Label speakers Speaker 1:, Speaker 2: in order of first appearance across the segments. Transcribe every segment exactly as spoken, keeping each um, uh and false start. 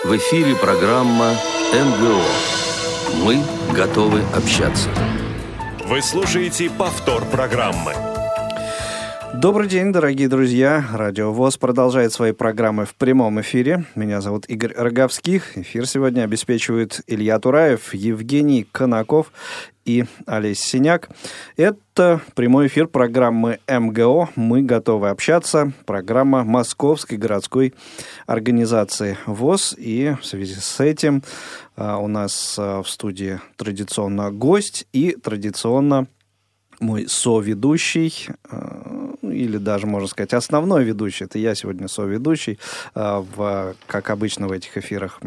Speaker 1: В эфире программа эм гэ о. Мы готовы общаться.
Speaker 2: Вы слушаете повтор программы.
Speaker 3: Добрый день, дорогие друзья. Радио ВОС продолжает свои программы в прямом эфире. Меня зовут Игорь Роговских. Эфир сегодня обеспечивают Илья Тураев, Евгений Конаков и Олесь Синяк. Это прямой эфир программы эм гэ о «Мы готовы общаться», программа Московской городской организации ВОС. И в связи с этим а, у нас а, в студии традиционно гость и традиционно мой соведущий, или даже, можно сказать, основной ведущий. Это я сегодня соведущий. В, как обычно в этих эфирах,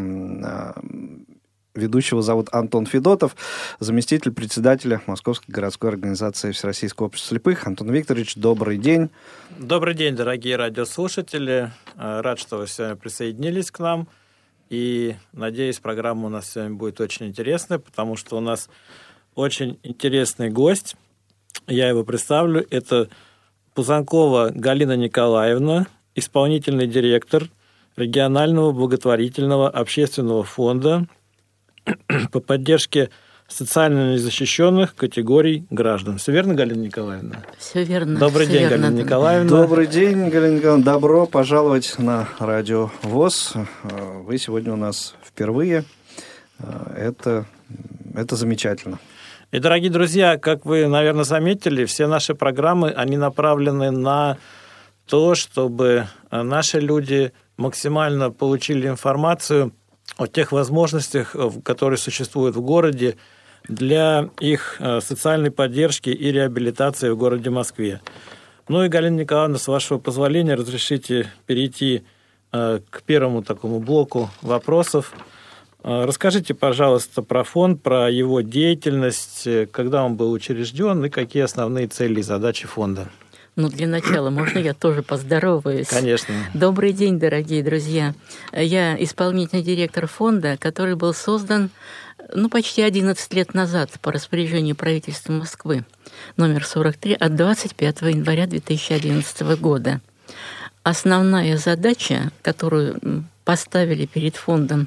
Speaker 3: ведущего зовут Антон Федотов, заместитель председателя Московской городской организации Всероссийского общества слепых. Антон Викторович, добрый день.
Speaker 4: Добрый день, дорогие радиослушатели. Рад, что вы сегодня присоединились к нам. И, надеюсь, программа у нас сегодня будет очень интересная, потому что у нас очень интересный гость. Я его представлю. Это Пузанкова Галина Николаевна, исполнительный директор регионального благотворительного общественного фонда по поддержке социально незащищенных категорий граждан. Все верно, Галина Николаевна?
Speaker 5: Все верно.
Speaker 4: Добрый
Speaker 5: все
Speaker 4: день,
Speaker 5: верно.
Speaker 4: Галина Николаевна.
Speaker 3: Добрый день, Галина Николаевна. Добро пожаловать на радио ВОС. Вы сегодня у нас впервые. Это, это замечательно.
Speaker 4: И, дорогие друзья, как вы, наверное, заметили, все наши программы, они направлены на то, чтобы наши люди максимально получили информацию о тех возможностях, которые существуют в городе для их социальной поддержки и реабилитации в городе Москве. Ну и, Галина Николаевна, с вашего позволения, разрешите перейти к первому такому блоку вопросов. Расскажите, пожалуйста, про фонд, про его деятельность, когда он был учрежден и какие основные цели и задачи фонда.
Speaker 5: Ну, для начала, можно я тоже поздороваюсь?
Speaker 4: Конечно.
Speaker 5: Добрый день, дорогие друзья. Я исполнительный директор фонда, который был создан ну, почти одиннадцать лет назад по распоряжению правительства Москвы, номер сорок три, от двадцать пятого января две тысячи одиннадцатого года. Основная задача, которую поставили перед фондом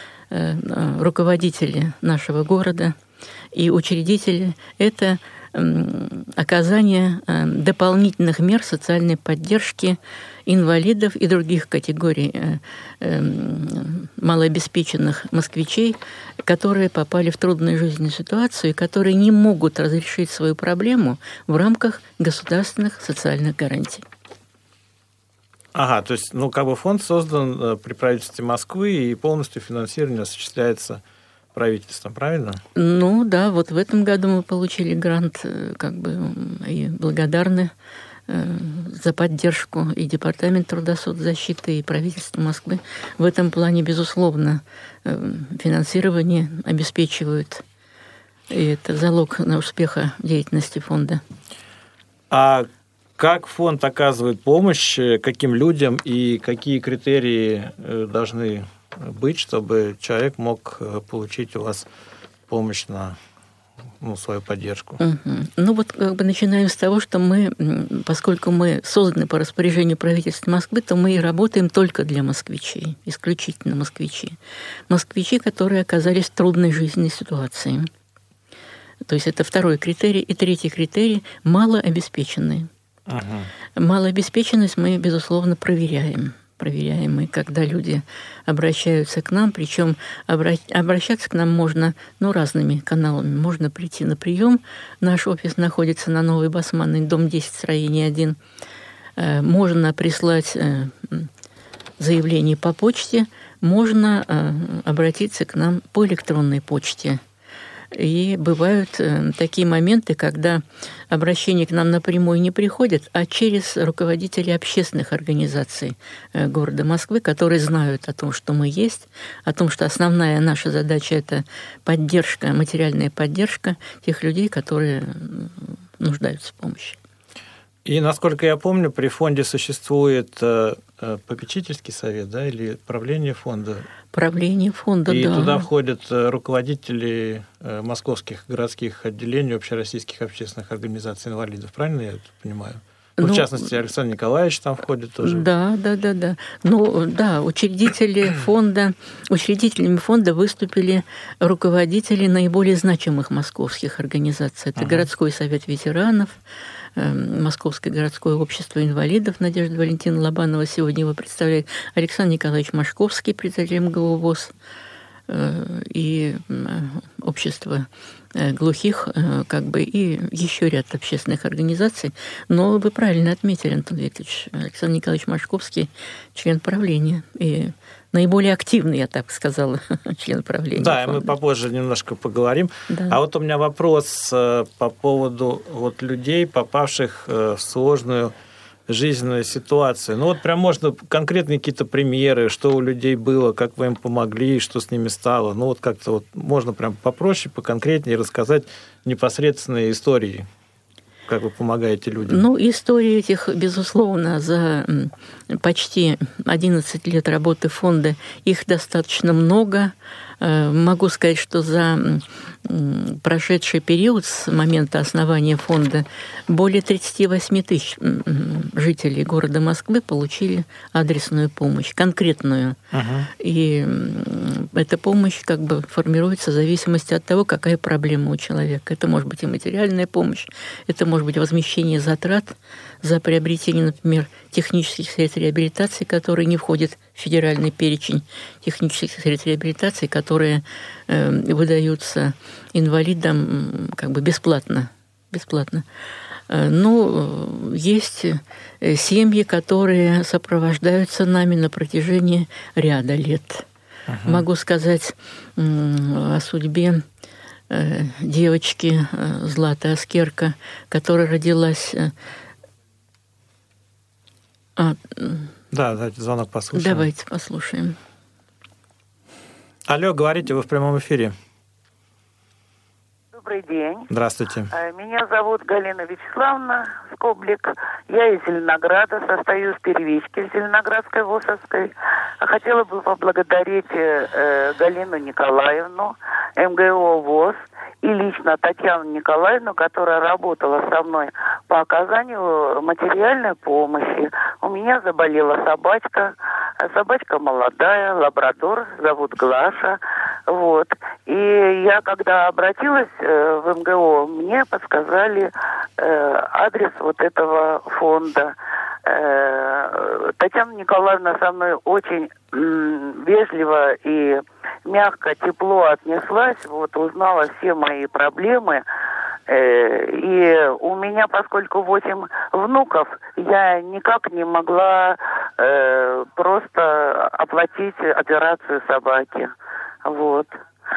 Speaker 5: руководители нашего города и учредители, это оказание дополнительных мер социальной поддержки инвалидов и других категорий малообеспеченных москвичей, которые попали в трудную жизненную ситуацию и которые не могут разрешить свою проблему в рамках государственных социальных гарантий.
Speaker 4: Ага, то есть, ну, как бы фонд создан при правительстве Москвы и полностью финансирование осуществляется правительством, правильно? Ну, да, вот в этом году мы получили грант, как бы, и благодарны за поддержку и Департамент трудосоцзащиты, и правительство Москвы. В этом плане, безусловно, финансирование обеспечивают, и это залог на успеха деятельности фонда. А как фонд оказывает помощь, каким людям и какие критерии должны быть, чтобы человек мог получить у вас помощь на ну, свою поддержку? Угу. Ну вот как бы начинаем с того, что мы, поскольку мы созданы по распоряжению правительства Москвы, то мы и работаем только для москвичей, исключительно москвичи. Москвичи, которые оказались в трудной жизненной ситуации. То есть это второй критерий. И третий критерий – малообеспеченные. Ага. Малообеспеченность мы, безусловно, проверяем. Проверяем мы, когда люди обращаются к нам, причем обращаться к нам можно ну, разными каналами. Можно прийти на прием. Наш офис находится на Новой Басманной, дом десять, строение один. Можно прислать заявление по почте, можно обратиться к нам по электронной почте. И бывают э, такие моменты, когда обращение к нам напрямую не приходит, а через руководителей общественных организаций э, города Москвы, которые знают о том, что мы есть, о том, что основная наша задача – это поддержка, материальная поддержка тех людей, которые нуждаются в помощи. И, насколько я помню, при фонде существует попечительский совет, да, или правление фонда? Правление фонда, и да. И туда входят руководители московских городских отделений общероссийских общественных организаций инвалидов. Правильно я это понимаю? Ну, в частности, Александр Николаевич там входит тоже.
Speaker 5: Да, да, да, да. Ну, да, учредители фонда, учредителями фонда выступили руководители наиболее значимых московских организаций. Это ага. городской совет ветеранов, Московское городское общество инвалидов, Надежда Валентина Лобанова сегодня его представляет, Александр Николаевич Машковский, председатель эм гэ о ВОС, и общество глухих, как бы, и еще ряд общественных организаций. Но вы правильно отметили, Антон Викторович, Александр Николаевич Машковский член правления и наиболее активный, я так сказала, член правления.
Speaker 4: Да,
Speaker 5: фонда.
Speaker 4: Мы попозже немножко поговорим. Да. А вот у меня вопрос по поводу вот людей, попавших в сложную жизненную ситуацию. Ну вот прям можно конкретные какие-то примеры, что у людей было, как вы им помогли, что с ними стало. Ну вот как-то вот можно прям попроще, поконкретнее рассказать непосредственные истории, как вы помогаете людям.
Speaker 5: Ну, истории этих, безусловно, за почти одиннадцать лет работы фонда их достаточно много. Могу сказать, что за прошедший период с момента основания фонда более тридцать восемь тысяч жителей города Москвы получили адресную помощь, конкретную. Uh-huh. И эта помощь как бы формируется в зависимости от того, какая проблема у человека. Это может быть и материальная помощь, это может быть возмещение затрат за приобретение, например, технических средств реабилитации, которые не входят в федеральный перечень технических средств реабилитации, которые э, выдаются инвалидам как бы бесплатно. бесплатно. Э, ну, есть семьи, которые сопровождаются нами на протяжении ряда лет. Uh-huh. Могу сказать э, о судьбе э, девочки э, Златы Аскерко, которая родилась... Э, А,
Speaker 4: да, давайте звонок послушаем.
Speaker 5: Давайте послушаем.
Speaker 4: Алло, говорите, вы в прямом эфире.
Speaker 6: Добрый день.
Speaker 4: Здравствуйте.
Speaker 6: Меня зовут Галина Вячеславовна Скоблик. Я из Зеленограда, состою в первичке Зеленоградской ВОСовской. Хотела бы поблагодарить э, Галину Николаевну, эм гэ о ВОС, и лично Татьяну Николаевну, которая работала со мной по оказанию материальной помощи. У меня заболела собачка. Собачка молодая, лабрадор, зовут Глаша. Вот. И я, когда обратилась э, в эм гэ о, мне подсказали э, адрес вот этого фонда. Э, Татьяна Николаевна со мной очень м, вежливо и мягко, тепло отнеслась, вот, узнала все мои проблемы. Э, и у меня, поскольку восемь внуков, я никак не могла э, просто оплатить операцию собаки. Вот.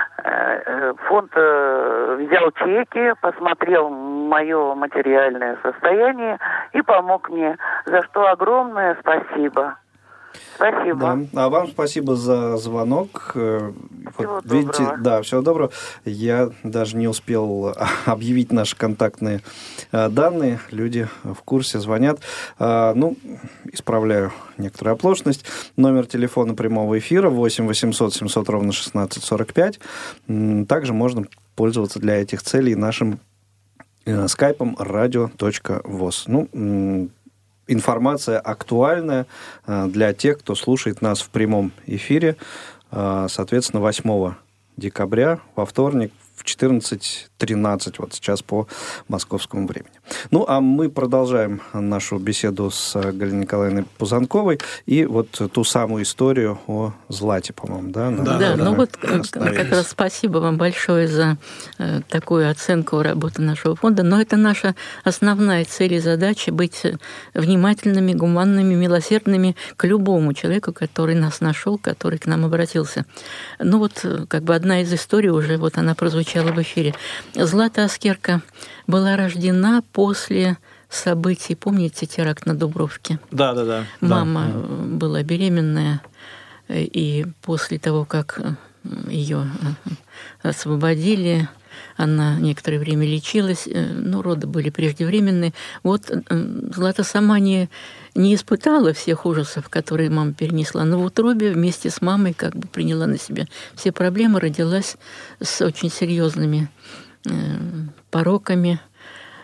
Speaker 6: Фонд взял чеки, посмотрел мое материальное состояние и помог мне, за что огромное спасибо. Спасибо.
Speaker 3: Да. А вам спасибо за звонок.
Speaker 6: Всего
Speaker 3: вот,
Speaker 6: доброго.
Speaker 3: Видите, да, всего доброго. Я даже не успел объявить наши контактные данные. Люди в курсе, звонят. Ну, исправляю некоторую оплошность. Номер телефона прямого эфира восемь восемьсот семьсот ровно шестнадцать сорок пять. Также можно пользоваться для этих целей нашим скайпом радио точка вос. Ну, информация актуальная для тех, кто слушает нас в прямом эфире. Соответственно, восьмого декабря, во вторник, в четырнадцать тринадцать, вот сейчас по московскому времени. Ну, а мы продолжаем нашу беседу с Галиной Николаевной Пузанковой и вот ту самую историю о Злате, по-моему, да?
Speaker 5: Да, да, ну вот как раз спасибо вам большое за э, такую оценку работы нашего фонда, но это наша основная цель и задача — быть внимательными, гуманными, милосердными к любому человеку, который нас нашел, который к нам обратился. Ну вот как бы одна из историй уже, вот она прозвучала в эфире. Злата Аскерко была рождена после событий, помните, теракт на Дубровке?
Speaker 4: Да, да, да.
Speaker 5: Мама
Speaker 4: да.
Speaker 5: была беременная, и после того, как ее освободили, она некоторое время лечилась, но роды были преждевременные. Вот Злата сама не, не испытала всех ужасов, которые мама перенесла, но в утробе вместе с мамой как бы приняла на себя все проблемы, родилась с очень серьезными пороками.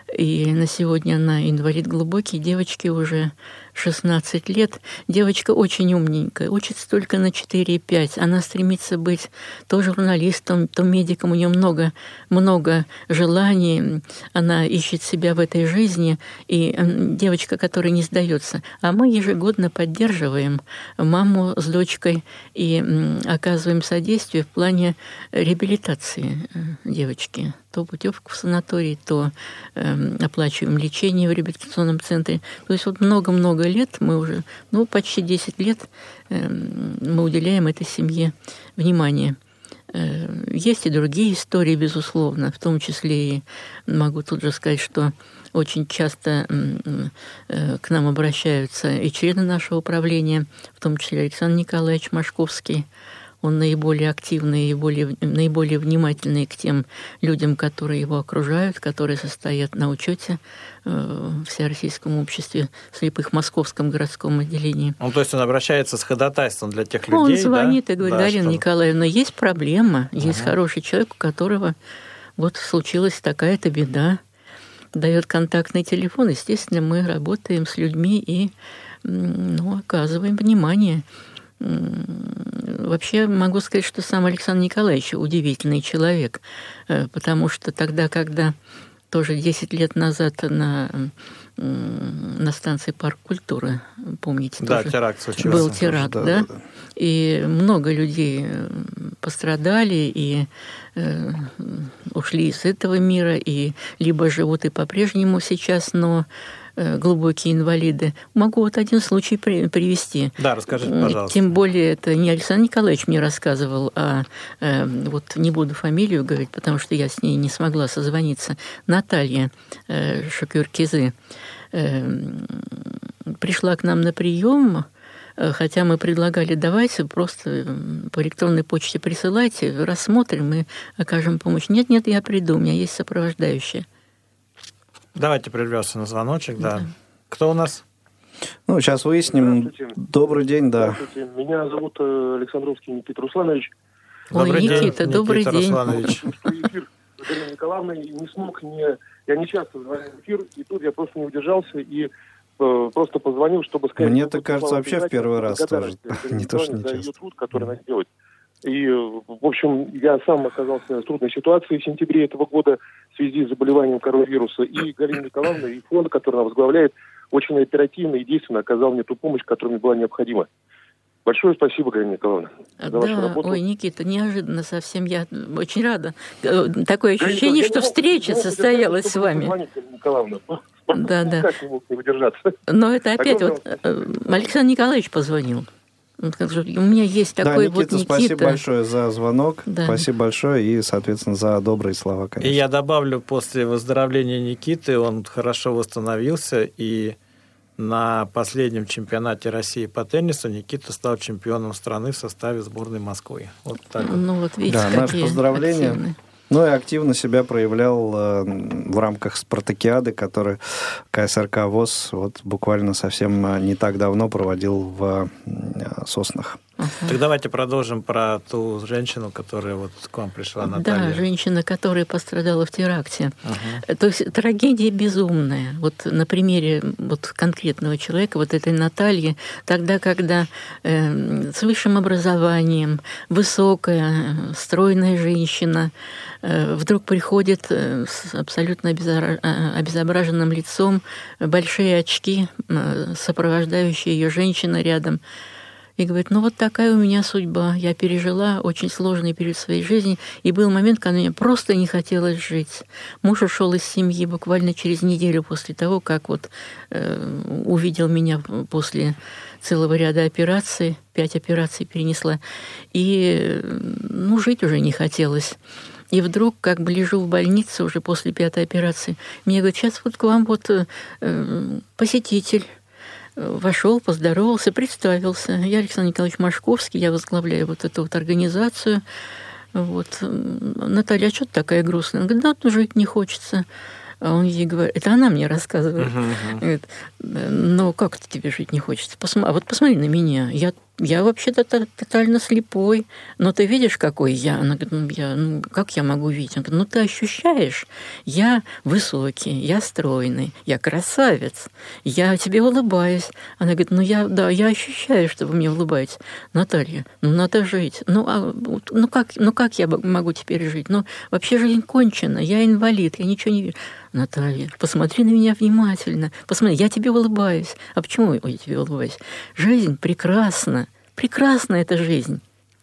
Speaker 5: И на сегодня она инвалид глубокий, девочке уже шестнадцать лет. Девочка очень умненькая, учится только на четыре и пять. Она стремится быть то журналистом, то медиком. У нее много, много желаний. Она ищет себя в этой жизни. И девочка, которая не сдается. А мы ежегодно поддерживаем маму с дочкой и оказываем содействие в плане реабилитации девочки. То путевку в санаторий, то э, оплачиваем лечение в реабилитационном центре. То есть вот много-много лет мы уже, ну, почти десять лет э, мы уделяем этой семье внимание. Э, есть и другие истории, безусловно, в том числе и могу тут же сказать, что очень часто э, к нам обращаются и члены нашего управления, в том числе Александр Николаевич Машковский. Он наиболее активный и более, наиболее внимательный к тем людям, которые его окружают, которые состоят на учете в Всероссийском обществе слепых в Московском городском отделении.
Speaker 4: Ну, то есть он обращается с ходатайством для тех
Speaker 5: он
Speaker 4: людей,
Speaker 5: Он звонит
Speaker 4: да?
Speaker 5: и говорит:
Speaker 4: да,
Speaker 5: Галина
Speaker 4: что...
Speaker 5: Николаевна, есть проблема, uh-huh. есть хороший человек, у которого вот случилась такая-то беда. Дает контактный телефон. Естественно, мы работаем с людьми и ну, оказываем внимание. Вообще могу сказать, что сам Александр Николаевич удивительный человек, потому что тогда, когда тоже десять лет назад на, на станции Парк культуры, помните,
Speaker 4: да,
Speaker 5: тоже
Speaker 4: теракт случился.
Speaker 5: Был теракт, да, да? да, и много людей пострадали и э, ушли из этого мира, и либо живут и по-прежнему сейчас, но глубокие инвалиды. Могу вот один случай при, привести.
Speaker 4: Да, расскажите, пожалуйста.
Speaker 5: Тем более, это не Александр Николаевич мне рассказывал, а э, вот не буду фамилию говорить, потому что я с ней не смогла созвониться. Наталья э, Шакюркизы э, пришла к нам на прием, хотя мы предлагали, давайте просто по электронной почте присылайте, рассмотрим и окажем помощь. Нет, нет, я приду, у меня есть сопровождающая.
Speaker 4: Давайте прервемся на звоночек, да. да. Кто у нас?
Speaker 3: Ну, сейчас выясним. Добрый день, да.
Speaker 7: Здравствуйте. Меня зовут Александровский Никита Русланович.
Speaker 5: Ой,
Speaker 4: добрый
Speaker 5: Никита,
Speaker 4: день,
Speaker 5: добрый
Speaker 4: Никита
Speaker 5: день.
Speaker 4: Русланович.
Speaker 7: Эфир с Галиной Николаевной не смог, не... я не часто звоню в эфир, и тут я просто не удержался и э, просто позвонил, чтобы сказать...
Speaker 3: Мне-то кажется, вообще в первый раз тоже. Не то, что не
Speaker 7: часто. За
Speaker 3: часто.
Speaker 7: ее труд, который она делает. И, в общем, я сам оказался в трудной ситуации в сентябре этого года в связи с заболеванием коронавируса. И Галина Николаевна, и фонд, который она возглавляет, очень оперативно и действенно оказал мне ту помощь, которая мне была необходима. Большое спасибо, Галина Николаевна, за
Speaker 5: да,
Speaker 7: вашу работу.
Speaker 5: Ой, Никита, неожиданно совсем. Я очень рада. Такое ощущение, Галина, что встреча мог, состоялась с вами.
Speaker 7: Позвонить, Галина Николаевна.
Speaker 5: Да, да.
Speaker 7: Никак не мог не выдержаться.
Speaker 5: Но это опять вот Александр Николаевич позвонил. У меня есть такой
Speaker 3: да, Никита,
Speaker 5: вот Никита.
Speaker 3: Спасибо большое за звонок.
Speaker 5: Да.
Speaker 3: Спасибо большое и, соответственно, за добрые слова, конечно.
Speaker 4: И я добавлю, после выздоровления Никиты он хорошо восстановился, и на последнем чемпионате России по теннису Никита стал чемпионом страны в составе сборной Москвы. Вот так вот.
Speaker 5: Ну, вот видите,
Speaker 3: да, наши поздравления.
Speaker 5: Активные.
Speaker 3: Ну и активно себя проявлял э, в рамках спартакиады, которую КСРК ВОС вот буквально совсем не так давно проводил в э, Соснах.
Speaker 5: Uh-huh.
Speaker 4: Так давайте продолжим про ту женщину, которая вот к вам пришла, Наталья.
Speaker 5: Да, женщина, которая пострадала в теракте.
Speaker 4: Uh-huh.
Speaker 5: То есть трагедия безумная. Вот на примере вот конкретного человека, вот этой Натальи, тогда, когда э, с высшим образованием, высокая, стройная женщина э, вдруг приходит э, с абсолютно обезобра... обезображенным лицом, большие очки, э, сопровождающая ее женщина рядом, и говорит, ну вот такая у меня судьба. Я пережила очень сложный период своей жизни, и был момент, когда мне просто не хотелось жить. Муж ушел из семьи буквально через неделю после того, как вот э, увидел меня после целого ряда операций, пять операций перенесла, и ну, жить уже не хотелось. И вдруг, как бы лежу в больнице уже после пятой операции, мне говорят, сейчас вот к вам вот э, посетитель. Вошел, поздоровался, представился. Я Александр Николаевич Машковский, я возглавляю вот эту вот организацию. Вот. Наталья, а что ты такая грустная? Она говорит, да, жить не хочется. А он ей говорит, это она мне рассказывает. Uh-huh, uh-huh. Говорит, ну как это тебе жить не хочется? Посма... А вот посмотри на меня, я я вообще-то тотально слепой, но ты видишь, какой я? Она говорит, ну, я, ну как я могу видеть? Она говорит, ну, ты ощущаешь, я высокий, я стройный, я красавец, я тебе улыбаюсь. Она говорит, ну, я, да, я ощущаю, что вы мне улыбаетесь. Наталья, ну, надо жить. Ну, а, ну, как, ну, как я могу теперь жить? Ну, вообще жизнь кончена, я инвалид, я ничего не вижу. Наталья, посмотри на меня внимательно. Посмотри, я тебе улыбаюсь. А почему я тебе улыбаюсь? Жизнь прекрасна. Прекрасна эта жизнь.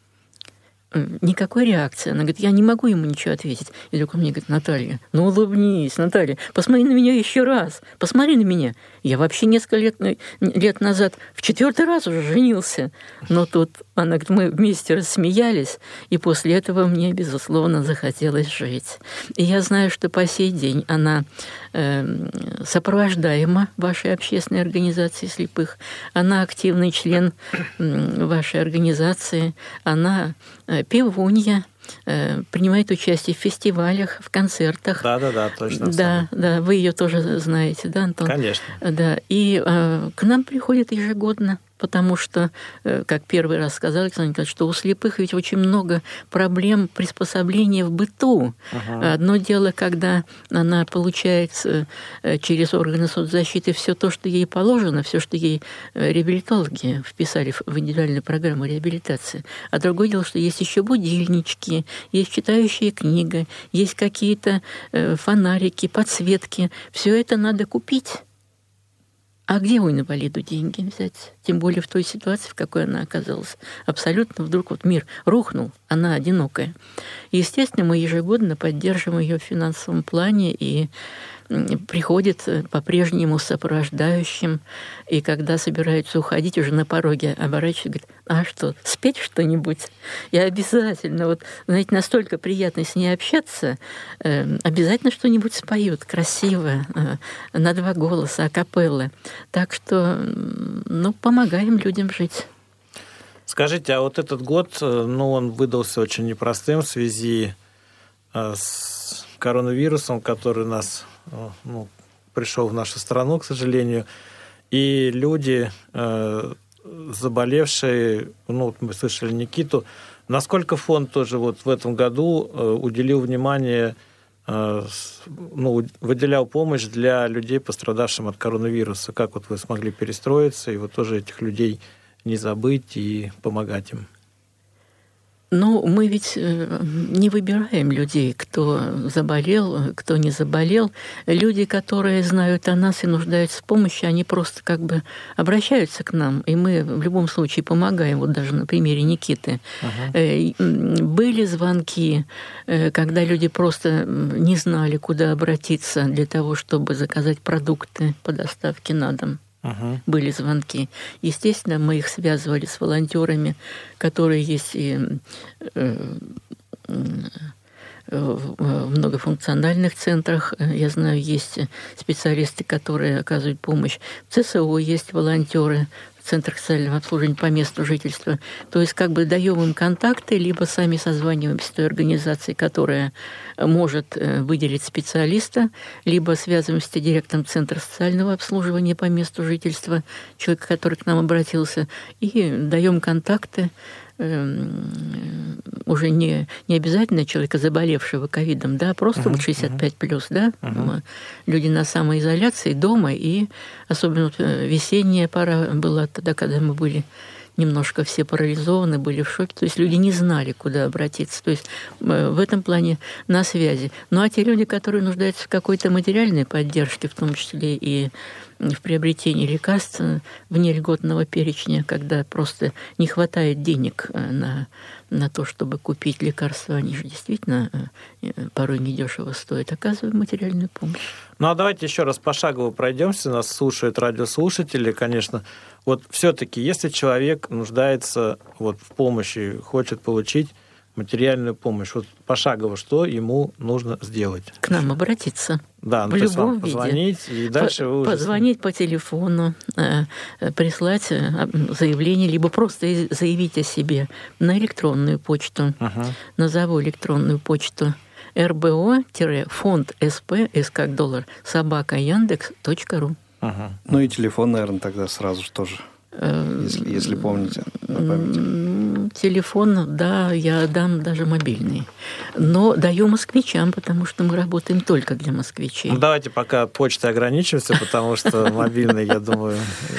Speaker 5: Никакой реакции. Она говорит, я не могу ему ничего ответить. И вдруг он мне говорит, Наталья, ну улыбнись, Наталья, посмотри на меня еще раз, посмотри на меня. Я вообще несколько лет, лет назад в четвертый раз уже женился. Но тут она говорит, мы вместе рассмеялись, и после этого мне, безусловно, захотелось жить. И я знаю, что по сей день она э, сопровождаема вашей общественной организации слепых, она активный член э, вашей организации, она э, певунья, принимает участие в фестивалях, в концертах.
Speaker 4: Да, да, да, точно.
Speaker 5: Да, да, вы ее тоже знаете, да, Антон?
Speaker 4: Конечно.
Speaker 5: Да, и э, к нам приходит ежегодно, потому что, э, как первый раз сказал Александр Николаевич, что у слепых ведь очень много проблем приспособления в быту. Uh-huh. Одно дело, когда она получает э, через органы соцзащиты все то, что ей положено, все, что ей э, реабилитологи вписали в, в индивидуальную программу реабилитации. А другое дело, что есть еще будильнички, есть читающая книга, есть какие-то э, фонарики, подсветки. Все это надо купить. А где у инвалиду деньги взять? Тем более в той ситуации, в какой она оказалась. Абсолютно вдруг вот мир рухнул, она одинокая. И, естественно, мы ежегодно поддерживаем ее в финансовом плане, и приходит по-прежнему сопровождающим, и когда собираются уходить, уже на пороге оборачиваются, говорит, а что, спеть что-нибудь? И обязательно, вот, знаете, настолько приятно с ней общаться, э, обязательно что-нибудь споют красиво, э, на два голоса, акапеллы. Так что, ну, помогаем людям жить.
Speaker 4: Скажите, а вот этот год, ну, он выдался очень непростым в связи с коронавирусом, который нас, ну, пришел в нашу страну, к сожалению, и люди, э, заболевшие, ну, мы слышали Никиту, насколько фонд тоже вот в этом году э, уделил внимание, э, ну, выделял помощь для людей, пострадавшим от коронавируса? Как вот вы смогли перестроиться и вот тоже этих людей не забыть и помогать им?
Speaker 5: Ну, мы ведь не выбираем людей, кто заболел, кто не заболел. Люди, которые знают о нас и нуждаются в помощи, они просто как бы обращаются к нам, и мы в любом случае помогаем. Вот даже на примере Никиты. Uh-huh. Были звонки, когда люди просто не знали, куда обратиться для того, чтобы заказать продукты по доставке на дом. Uh-huh. Были звонки. Естественно, мы их связывали с волонтерами, которые есть и э, э, в многофункциональных центрах. Я знаю, есть специалисты, которые оказывают помощь. В ЦСО есть волонтеры, в центрах социального обслуживания по месту жительства. То есть как бы даем им контакты, либо сами созваниваемся с той организацией, которая может выделить специалиста, либо связываемся с директором Центра социального обслуживания по месту жительства, человека, который к нам обратился, и даем контакты уже не, не обязательно человека, заболевшего ковидом, да, просто uh-huh, вот шестьдесят пять плюс, да, uh-huh. люди на самоизоляции дома, и особенно вот весенняя пора была тогда, когда мы были немножко все парализованы, были в шоке, то есть люди не знали, куда обратиться, то есть в этом плане на связи. Ну а те люди, которые нуждаются в какой-то материальной поддержке, в том числе и в приобретении лекарств вне льготного перечня, когда просто не хватает денег на, на то, чтобы купить лекарства, они же действительно порой недешево стоят, оказываем материальную помощь.
Speaker 4: Ну а давайте еще раз пошагово пройдемся, нас слушают радиослушатели, конечно. Вот все-таки, если человек нуждается вот в помощи, хочет получить материальную помощь, вот пошагово, что ему нужно сделать?
Speaker 5: К нам обратиться.
Speaker 4: Да, ну,
Speaker 5: в
Speaker 4: то есть вам
Speaker 5: виде.
Speaker 4: Позвонить, и дальше вы уже...
Speaker 5: Позвонить по телефону, прислать заявление, либо просто заявить о себе на электронную почту. Ага. Назову электронную почту эр бэ о-фонд эс пэ, с как доллар, собака яндекс точка ру.
Speaker 3: Ага. Ну и телефон, наверное, тогда сразу же тоже. Если, если помните на память.
Speaker 5: Телефон, да, я дам даже мобильный. Но даю москвичам, потому что мы работаем только для москвичей.
Speaker 4: Ну, давайте пока почтой ограничимся, потому что мобильный, я думаю...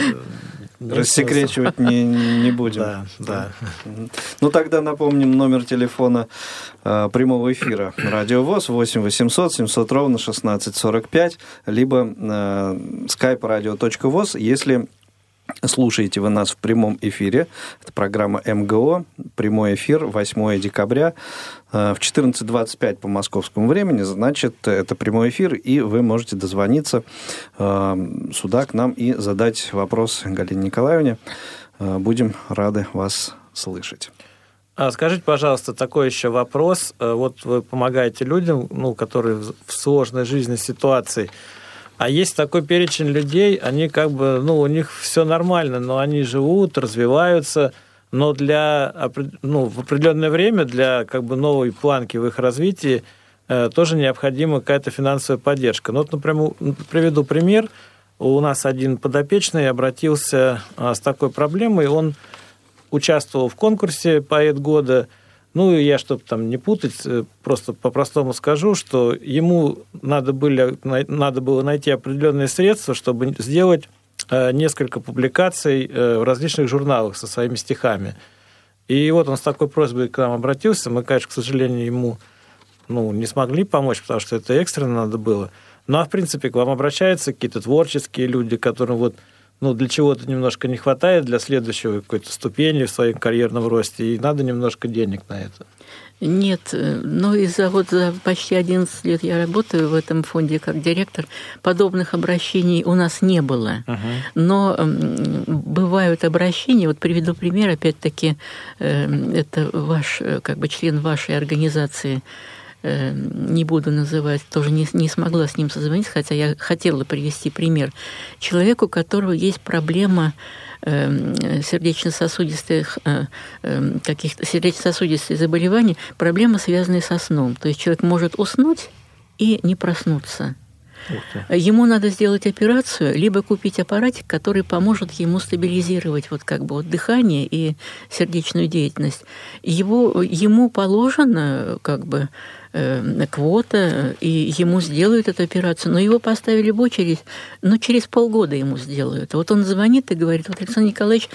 Speaker 3: Рассекречивать не, не будем.
Speaker 4: Да, да.
Speaker 3: Ну, тогда напомним номер телефона э, прямого эфира. Радио ВОС восемь восемьсот семьсот ровно шестнадцать сорок пять, либо э, skype radio.voz, если... Слушаете вы нас в прямом эфире. Это программа МГО. Прямой эфир восьмого декабря в четырнадцать двадцать пять по московскому времени. Значит, это прямой эфир, и вы можете дозвониться сюда к нам и задать вопрос Галине Николаевне. Будем рады вас слышать.
Speaker 4: А скажите, пожалуйста, такой еще вопрос. Вот вы помогаете людям, ну, которые в сложной жизненной ситуации. А есть такой перечень людей, они как бы, ну, у них все нормально, но они живут, развиваются, но для, ну, в определенное время для как бы новой планки в их развитии э, тоже необходима какая-то финансовая поддержка. Ну, вот, например, приведу пример. У нас один подопечный обратился а, с такой проблемой, он участвовал в конкурсе «Поэт года». Ну, и я, чтобы там не путать, просто по-простому скажу, что ему надо, были, надо было найти определенные средства, чтобы сделать несколько публикаций в различных журналах со своими стихами. И вот он с такой просьбой к нам обратился. Мы, конечно, к сожалению, ему ну, не смогли помочь, потому что это экстренно надо было. Ну, а в принципе, к вам обращаются какие-то творческие люди, которым вот ну, для чего-то немножко не хватает для следующего какой-то ступени в своем карьерном росте, и надо немножко денег на это.
Speaker 5: Нет, но из-за вот за почти одиннадцать лет я работаю в этом фонде как директор, подобных обращений у нас не было. Uh-huh. Но бывают обращения, вот приведу пример, опять-таки, это ваш, как бы член вашей организации, не буду называть, тоже не, не смогла с ним созвониться, хотя я хотела привести пример. Человеку, у которого есть проблема э, сердечно-сосудистых, э, э, каких-то сердечно-сосудистых заболеваний, проблема, связанная со сном. То есть человек может уснуть и не проснуться. Ему надо сделать операцию, либо купить аппаратик, который поможет ему стабилизировать вот как бы вот дыхание и сердечную деятельность. Его, ему положено как бы э, квота, и ему сделают эту операцию, но его поставили в очередь, но через полгода ему сделают. Вот он звонит и говорит, вот Александр Николаевич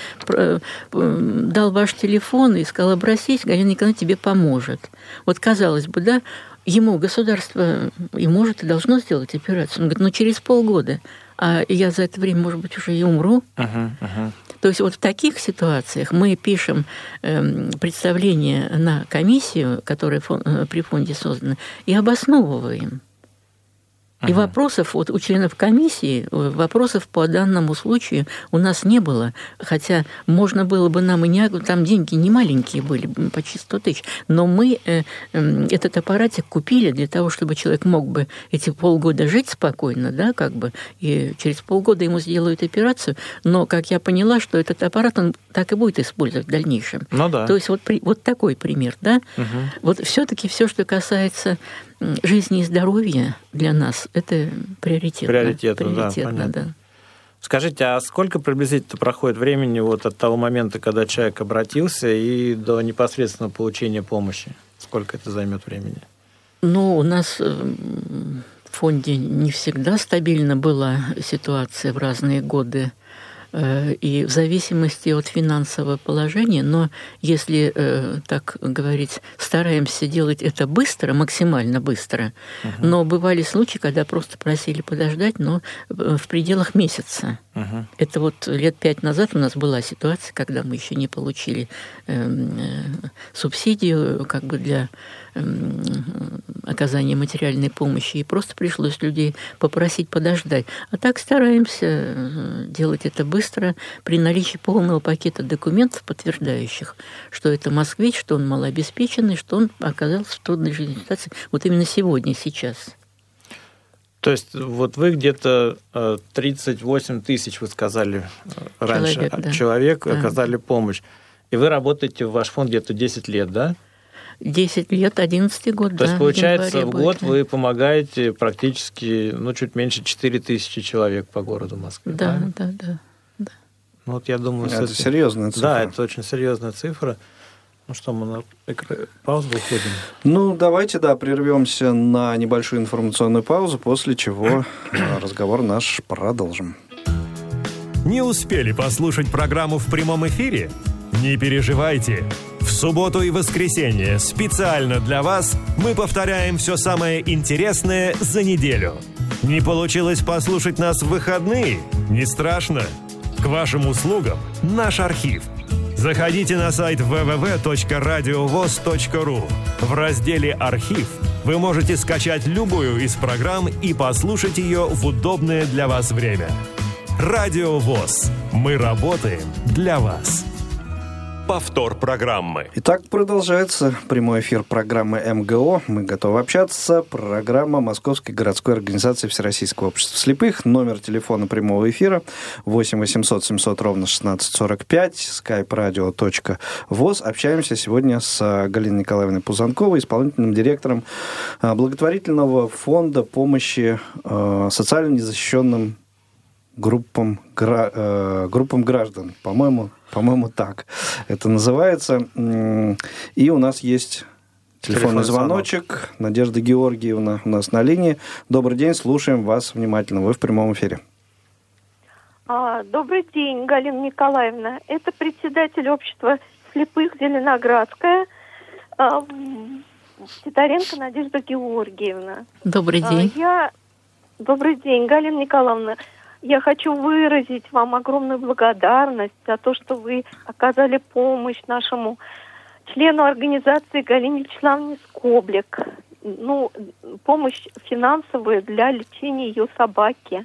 Speaker 5: дал ваш телефон и сказал, обратись, Галина Николаевна тебе поможет. Вот казалось бы, да, ему государство и может, и должно сделать операцию. Он говорит, ну, через полгода. А я за это время, может быть, уже и умру. Uh-huh, uh-huh. То есть вот в таких ситуациях мы пишем э, представление на комиссию, которая фон, э, при фонде создана, и обосновываем. И ага. вопросов вот у членов комиссии, вопросов по данному случаю у нас не было. Хотя можно было бы нам и не... Там деньги не маленькие были, почти сто тысяч. Но мы э, э, этот аппаратик купили для того, чтобы человек мог бы эти полгода жить спокойно, да, как бы, и через полгода ему сделают операцию. Но, как я поняла, что этот аппарат, он так и будет использовать в дальнейшем.
Speaker 4: Ну да.
Speaker 5: То есть вот, вот такой пример, да. Угу. Вот все-таки все, что касается жизни и здоровья для нас – это приоритетно.
Speaker 4: Приоритетно,
Speaker 5: приоритетно
Speaker 4: да,
Speaker 5: да.
Speaker 4: Скажите, а сколько приблизительно проходит времени вот от того момента, когда человек обратился, и до непосредственного получения помощи? Сколько это займет времени?
Speaker 5: Ну, у нас в фонде не всегда стабильна была ситуация в разные годы. И в зависимости от финансового положения, но если, так говорить, стараемся делать это быстро, максимально быстро, uh-huh. но бывали случаи, когда просто просили подождать, но в пределах месяца. Uh-huh. Это вот лет пять назад у нас была ситуация, когда мы еще не получили субсидию как бы для оказания материальной помощи, и просто пришлось людей попросить подождать. А так стараемся делать это быстро при наличии полного пакета документов, подтверждающих, что это москвич, что он малообеспеченный, что он оказался в трудной жизненной ситуации вот именно сегодня, сейчас.
Speaker 4: То есть вот вы где-то тридцать восемь тысяч, вы сказали раньше, человек, да. человек да. оказали помощь. И вы работаете в ваш фонд где-то десять лет, да?
Speaker 5: десять лет, одиннадцатый год,
Speaker 4: То
Speaker 5: да.
Speaker 4: есть, получается, в год
Speaker 5: будет, да.
Speaker 4: вы помогаете практически, ну, чуть меньше четыре тысячи человек по городу Москвы,
Speaker 5: да,
Speaker 4: правильно?
Speaker 5: Да, да, да.
Speaker 4: Ну, вот я думаю...
Speaker 3: Это
Speaker 4: этим...
Speaker 3: серьезная цифра.
Speaker 4: Да, это очень серьезная цифра. Ну что, мы на паузу уходим?
Speaker 3: Ну, давайте, да, прервемся на небольшую информационную паузу, после чего разговор наш продолжим.
Speaker 2: Не успели послушать программу в прямом эфире? Не переживайте. В субботу и воскресенье специально для вас мы повторяем все самое интересное за неделю. Не получилось послушать нас в выходные? Не страшно. К вашим услугам наш архив. Заходите на сайт дабл ю дабл ю дабл ю точка радиовоз точка ру. В разделе «Архив» вы можете скачать любую из программ и послушать ее в удобное для вас время. Радио ВОС. Мы работаем для вас. Повтор программы.
Speaker 3: Итак, продолжается прямой эфир программы эм гэ о. Мы готовы общаться. Программа Московской городской организации Всероссийского общества слепых. Номер телефона прямого эфира восемь восемьсот семьсот ровно шестнадцать сорок пять. скайп радио точка воз. Общаемся сегодня с Галиной Николаевной Пузанковой, исполнительным директором благотворительного фонда помощи социально незащищенным группам, гра, группам граждан. По-моему, По-моему, так это называется. И у нас есть телефонный звоночек. Надежда Георгиевна у нас на линии. Добрый день, слушаем вас внимательно. Вы в прямом эфире.
Speaker 8: А, добрый день, Галина Николаевна. Это председатель общества слепых Зеленоградская, а, Титаренко Надежда Георгиевна.
Speaker 5: Добрый день.
Speaker 8: А, я... Добрый день, Галина Николаевна. Я хочу выразить вам огромную благодарность за то, что вы оказали помощь нашему члену организации Галине Вячеславовне Скоблик. Ну, помощь финансовая для лечения ее собаки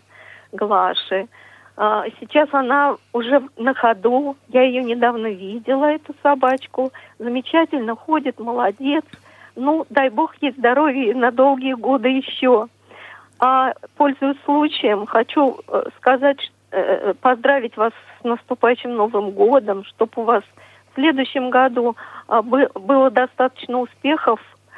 Speaker 8: Глаши. Сейчас она уже на ходу. Я ее недавно видела, эту собачку. Замечательно ходит, молодец. Ну, дай бог ей здоровья на долгие годы еще. А, пользуясь случаем, хочу э, сказать, э, поздравить вас с наступающим Новым годом, чтобы у вас в следующем году э, бы, было достаточно успехов,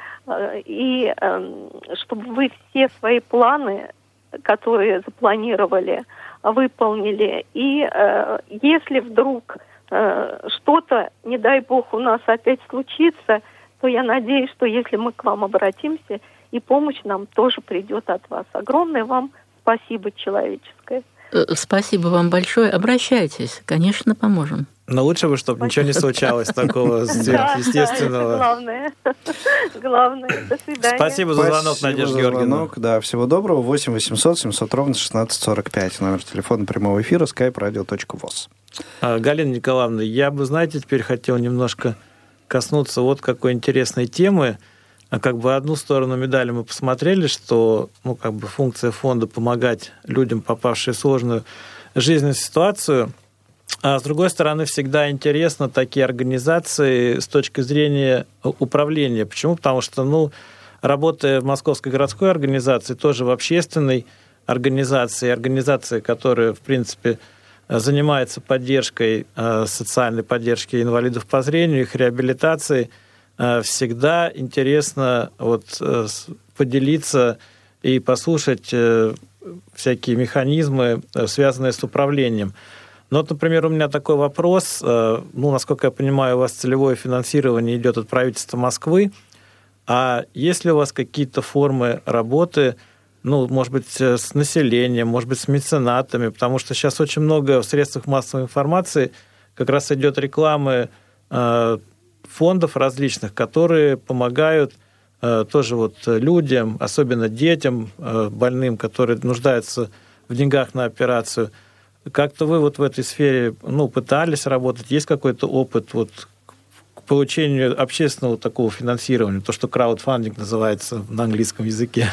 Speaker 8: э, и э, чтобы вы все свои планы, которые запланировали, выполнили. И э, если вдруг э, что-то, не дай бог, у нас опять случится, то я надеюсь, что если мы к вам обратимся, и помощь нам тоже придет от вас. Огромное вам спасибо человеческое.
Speaker 5: Спасибо вам большое. Обращайтесь, конечно, поможем.
Speaker 4: Но лучше бы, чтобы ничего не случалось такого сверхъестественного.
Speaker 8: Главное. Главное. До свидания.
Speaker 4: Спасибо за звонок, Надежда Георгиевна.
Speaker 3: Да, всего доброго. восемь восемьсот семьсот ровно шестнадцать сорок пять. Номер телефона прямого эфира скайп радио точка воз.
Speaker 4: Галина Николаевна, я бы, знаете, теперь хотел немножко коснуться вот какой интересной темы. Как бы одну сторону медали мы посмотрели, что ну, как бы функция фонда помогать людям, попавшим в сложную жизненную ситуацию. А с другой стороны, всегда интересно такие организации с точки зрения управления. Почему? Потому что, ну, работая в Московской городской организации, тоже в общественной организации, организации, которая, в принципе, занимается поддержкой, социальной поддержки инвалидов по зрению, их реабилитацией, всегда интересно вот поделиться и послушать всякие механизмы, связанные с управлением. Ну, вот, например, у меня такой вопрос. Ну, насколько я понимаю, у вас целевое финансирование идет от правительства Москвы. А есть ли у вас какие-то формы работы, ну, может быть, с населением, может быть, с меценатами? Потому что сейчас очень много в средствах массовой информации как раз идет рекламы фондов различных, которые помогают тоже вот людям, особенно детям больным, которые нуждаются в деньгах на операцию. Как-то вы вот в этой сфере ну, пытались работать? Есть какой-то опыт вот к получению общественного такого финансирования, то, что краудфандинг называется на английском языке?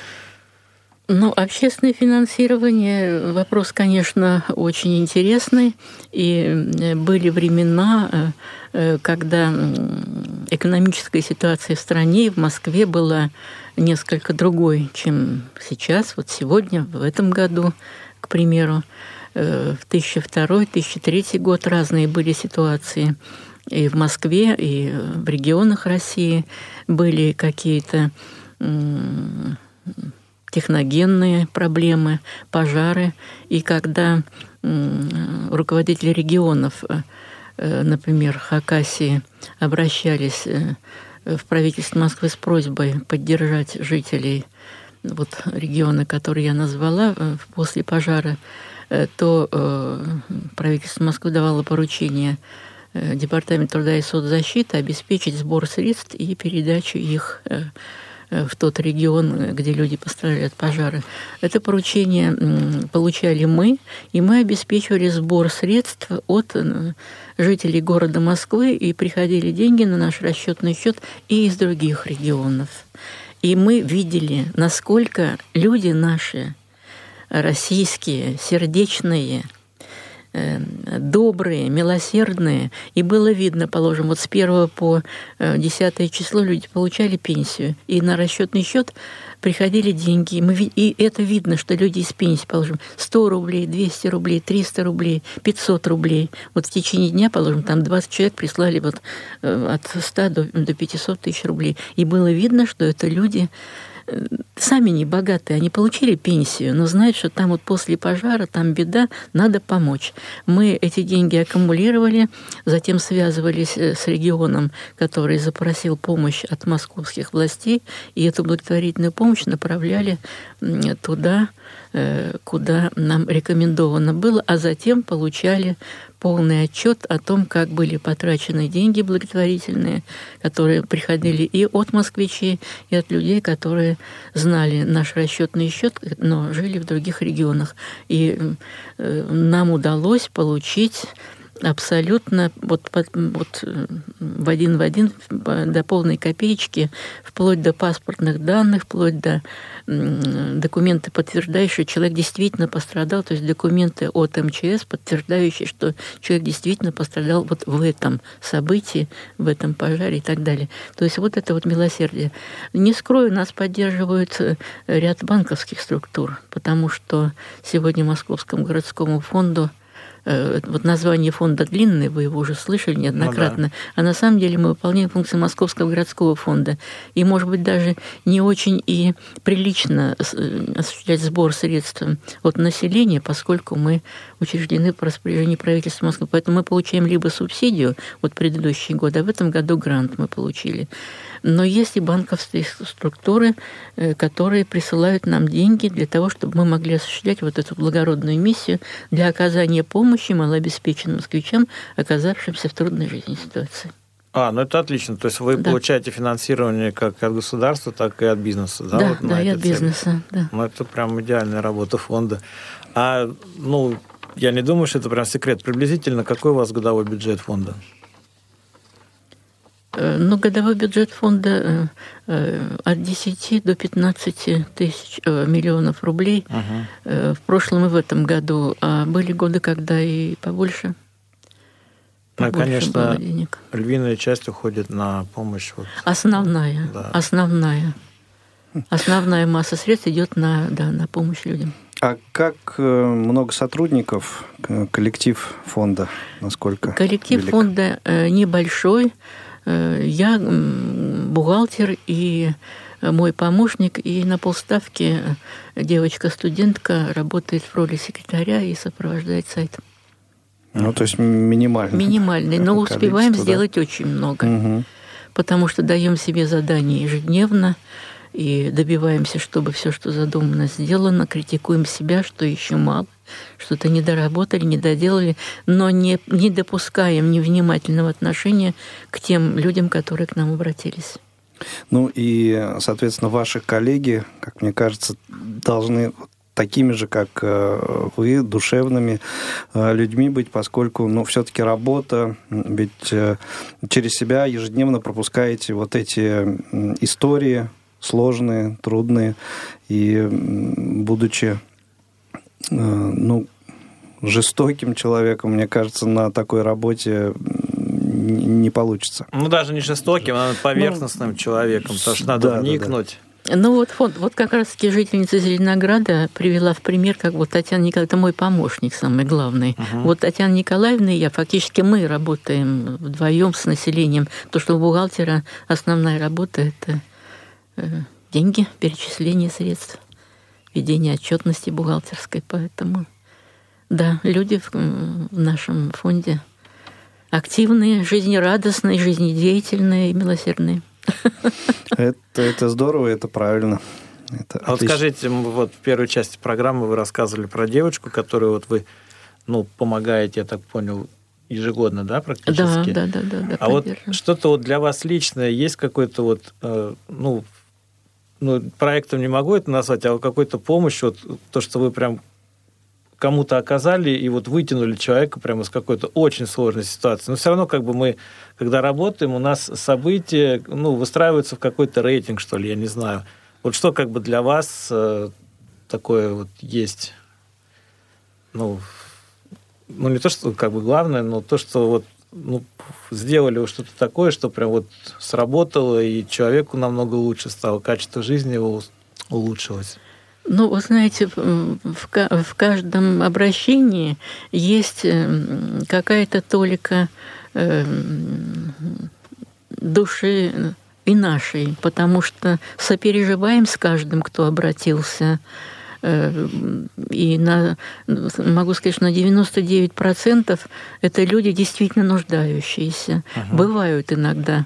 Speaker 5: Ну, общественное финансирование, вопрос, конечно, очень интересный. И были времена, когда экономическая ситуация в стране и в Москве была несколько другой, чем сейчас. Вот сегодня, в этом году, к примеру, в две тысячи второй — две тысячи третий год разные были ситуации. И в Москве, и в регионах России были какие-то техногенные проблемы, пожары. И когда руководители регионов, например, Хакасии, обращались в правительство Москвы с просьбой поддержать жителей вот, региона, который я назвала, после пожара, то правительство Москвы давало поручение Департаменту труда и соцзащиты обеспечить сбор средств и передачу их в тот регион, где люди пострадали от пожара. Это поручение получали мы, и мы обеспечивали сбор средств от жителей города Москвы, и приходили деньги на наш расчетный счет и из других регионов. И мы видели, насколько люди наши, российские, сердечные, добрые, милосердные. И было видно, положим, вот с первого по десятое число люди получали пенсию, и на расчетный счет приходили деньги. И, мы, и это видно, что люди из пенсии, положим, сто рублей, двести рублей, триста рублей, пятьсот рублей. Вот в течение дня, положим, там двадцать человек прислали вот от ста до, до пятисот тысяч рублей. И было видно, что это люди сами не богатые, они получили пенсию, но знают, что там вот после пожара, там беда, надо помочь. Мы эти деньги аккумулировали, затем связывались с регионом, который запросил помощь от московских властей, и эту благотворительную помощь направляли туда, куда нам рекомендовано было, а затем получали полный отчет о том, как были потрачены деньги благотворительные, которые приходили и от москвичей, и от людей, которые знали наш расчетный счет, но жили в других регионах. И нам удалось получить абсолютно вот, вот в один в один до полной копеечки, вплоть до паспортных данных, вплоть до документы, подтверждающие, что человек действительно пострадал, то есть документы от эм че эс, подтверждающие, что человек действительно пострадал вот в этом событии, в этом пожаре и так далее. То есть вот это вот милосердие. Не скрою, нас поддерживают ряд банковских структур, потому что сегодня Московскому городскому фонду вот название фонда длинное, вы его уже слышали неоднократно, ну, да. А на самом деле мы выполняем функции Московского городского фонда. И, может быть, даже не очень и прилично осуществлять сбор средств от населения, поскольку мы учреждены по распоряжению правительства Москвы. Поэтому мы получаем либо субсидию от предыдущие годы, а в этом году грант мы получили. Но есть и банковские структуры, которые присылают нам деньги для того, чтобы мы могли осуществлять вот эту благородную миссию для оказания помощи малообеспеченным москвичам, оказавшимся в трудной жизненной ситуации.
Speaker 4: А, ну это отлично. То есть вы да. получаете финансирование как от государства, так и от бизнеса, да?
Speaker 5: Да,
Speaker 4: вот
Speaker 5: да, и от бизнеса, да.
Speaker 4: Ну это прям идеальная работа фонда. А, ну, я не думаю, что это прям секрет. Приблизительно какой у вас годовой бюджет фонда?
Speaker 5: Ну, годовой бюджет фонда от десяти до пятнадцати тысяч миллионов рублей. Uh-huh. В прошлом и в этом году. А были годы, когда и побольше.
Speaker 4: Ну, конечно, львиная часть уходит на помощь. Вот.
Speaker 5: Основная. Да. Основная. Основная масса средств идет на, да, на помощь людям.
Speaker 3: А как много сотрудников, коллектив фонда, насколько
Speaker 5: Коллектив
Speaker 3: велик?
Speaker 5: Фонда небольшой. Я бухгалтер и мой помощник, и на полставки девочка-студентка работает в роли секретаря и сопровождает сайт.
Speaker 3: Ну, то есть минимальный.
Speaker 5: Минимальный, но успеваем сделать да? очень много, угу. потому что даем себе задания ежедневно и добиваемся, чтобы все, что задумано, сделано, критикуем себя, что еще мало, что-то не доработали, не доделали, но не, не допускаем невнимательного отношения к тем людям, которые к нам обратились.
Speaker 3: Ну и, соответственно, ваши коллеги, как мне кажется, должны такими же, как вы, душевными людьми быть, поскольку, ну, все-таки работа, ведь через себя ежедневно пропускаете вот эти истории сложные, трудные, и будучи ну, жестоким человеком, мне кажется, на такой работе не получится.
Speaker 4: Ну, даже не жестоким, а поверхностным ну, человеком, потому что надо да, вникнуть.
Speaker 5: Да, да. Ну, вот, вот, вот как раз-таки жительница Зеленограда привела в пример, как вот Татьяна Николаевна, это мой помощник самый главный. Угу. Вот Татьяна Николаевна и я, фактически мы работаем вдвоем с населением. То, что у бухгалтера основная работа – это деньги, перечисление средств, ведение отчетности бухгалтерской, поэтому Да, люди в, в нашем фонде активные, жизнерадостные, жизнедеятельные и милосердные.
Speaker 3: Это, это здорово, это правильно. Это
Speaker 4: а вот скажите, вот в первой части программы вы рассказывали про девочку, которую вот вы, ну, помогаете, я так понял, ежегодно, да, практически?
Speaker 5: Да, да, да, да.
Speaker 4: А вот что-то вот для вас личное есть какой-то вот, э, ну, ну, проектом не могу это назвать, а вот какой-то помощь, вот то, что вы прям кому-то оказали и вот вытянули человека прямо из какой-то очень сложной ситуации. Но все равно как бы мы, когда работаем, у нас события, ну, выстраиваются в какой-то рейтинг, что ли, я не знаю. Вот что как бы для вас э, такое вот есть, ну, ну, не то, что как бы главное, но то, что вот, ну, сделали вот что-то такое, что прям вот сработало, и человеку намного лучше стало, качество жизни его улучшилось.
Speaker 5: Ну, вы знаете, в, в каждом обращении есть какая-то толика э, души и нашей, потому что сопереживаем с каждым, кто обратился. И на, могу сказать, что на девяносто девять процентов это люди действительно нуждающиеся. Uh-huh. Бывают иногда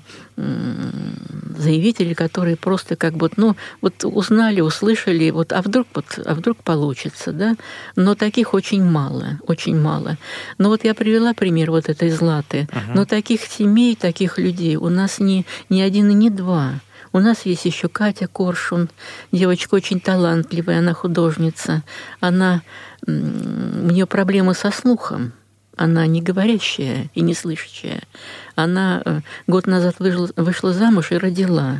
Speaker 5: заявители, которые просто как бы, ну, вот узнали, услышали, вот, а вдруг, вот, а вдруг получится, да? Но таких очень мало, очень мало. Но вот я привела пример вот этой Златы. Uh-huh. Но таких семей, таких людей у нас не, не один и не два. У нас есть еще Катя Коршун, девочка очень талантливая, она художница. Она, у нее проблемы со слухом. Она не говорящая и не слышащая. Она год назад вышла, вышла замуж и родила.